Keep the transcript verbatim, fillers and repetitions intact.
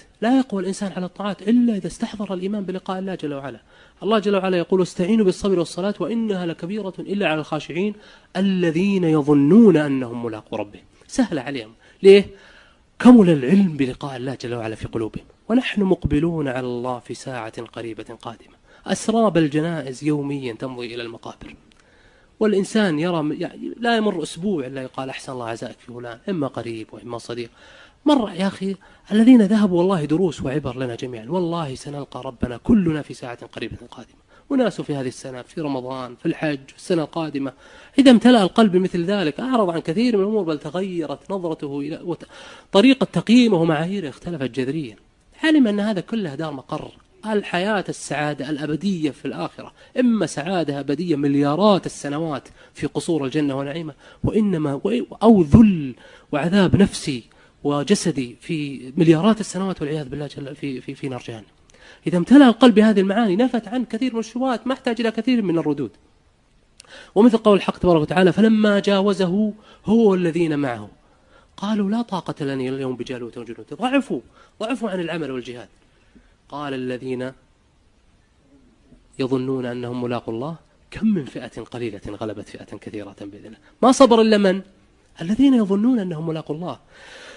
لا يقوى الإنسان على الطاعات إلا إذا استحضر الإيمان بلقاء الله جل وعلا. الله جل وعلا يقول استعينوا بالصبر والصلاة وإنها لكبيرة إلا على الخاشعين الذين يظنون أنهم ملاقو ربهم. سهل عليهم. ليه؟ كمل العلم بلقاء الله جل وعلا في قلوبهم. ونحن مقبلون على الله في ساعة قريبة قادمة. أسراب الجنائز يوميا تمضي إلى المقابر، والإنسان يرى يعني لا يمر أسبوع إلا يقال أحسن الله عزائك في فلان، إما قريب وإما صديق. مرة يا أخي الذين ذهبوا والله دروس وعبر لنا جميعا. والله سنلقى ربنا كلنا في ساعة قريبة قادمة، وناس في هذه السنة في رمضان في الحج في السنة القادمة. إذا امتلأ القلب مثل ذلك أعرض عن كثير من الأمور، بل تغيرت نظرته إلى طريقة تقييمه ومعاييره اختلفت جذريا. علم أن هذا كله دار مقر. الحياة السعادة الأبدية في الآخرة إما سعادة أبدية مليارات السنوات في قصور الجنة ونعيمة، وإنما أو ذل وعذاب نفسي وجسدي في مليارات السنوات والعياذ بالله في في في نار جهنم. إذا امتلأ القلب بهذه المعاني نفت عن كثير من الشبهات، ما احتاج إلى كثير من الردود. ومثل قول الحق تبارك وتعالى فلما جاوزه هو الذين معه قالوا لا طاقة لنا اليوم بجالوت وجنود، ضعفوا ضعفوا عن العمل والجهاد. قال الذين يظنون أنهم ملاقوا الله كم من فئة قليلة غلبت فئة كثيرة بإذن الله. ما صبر إلا من؟ الذين يظنون أنهم ملاقوا الله.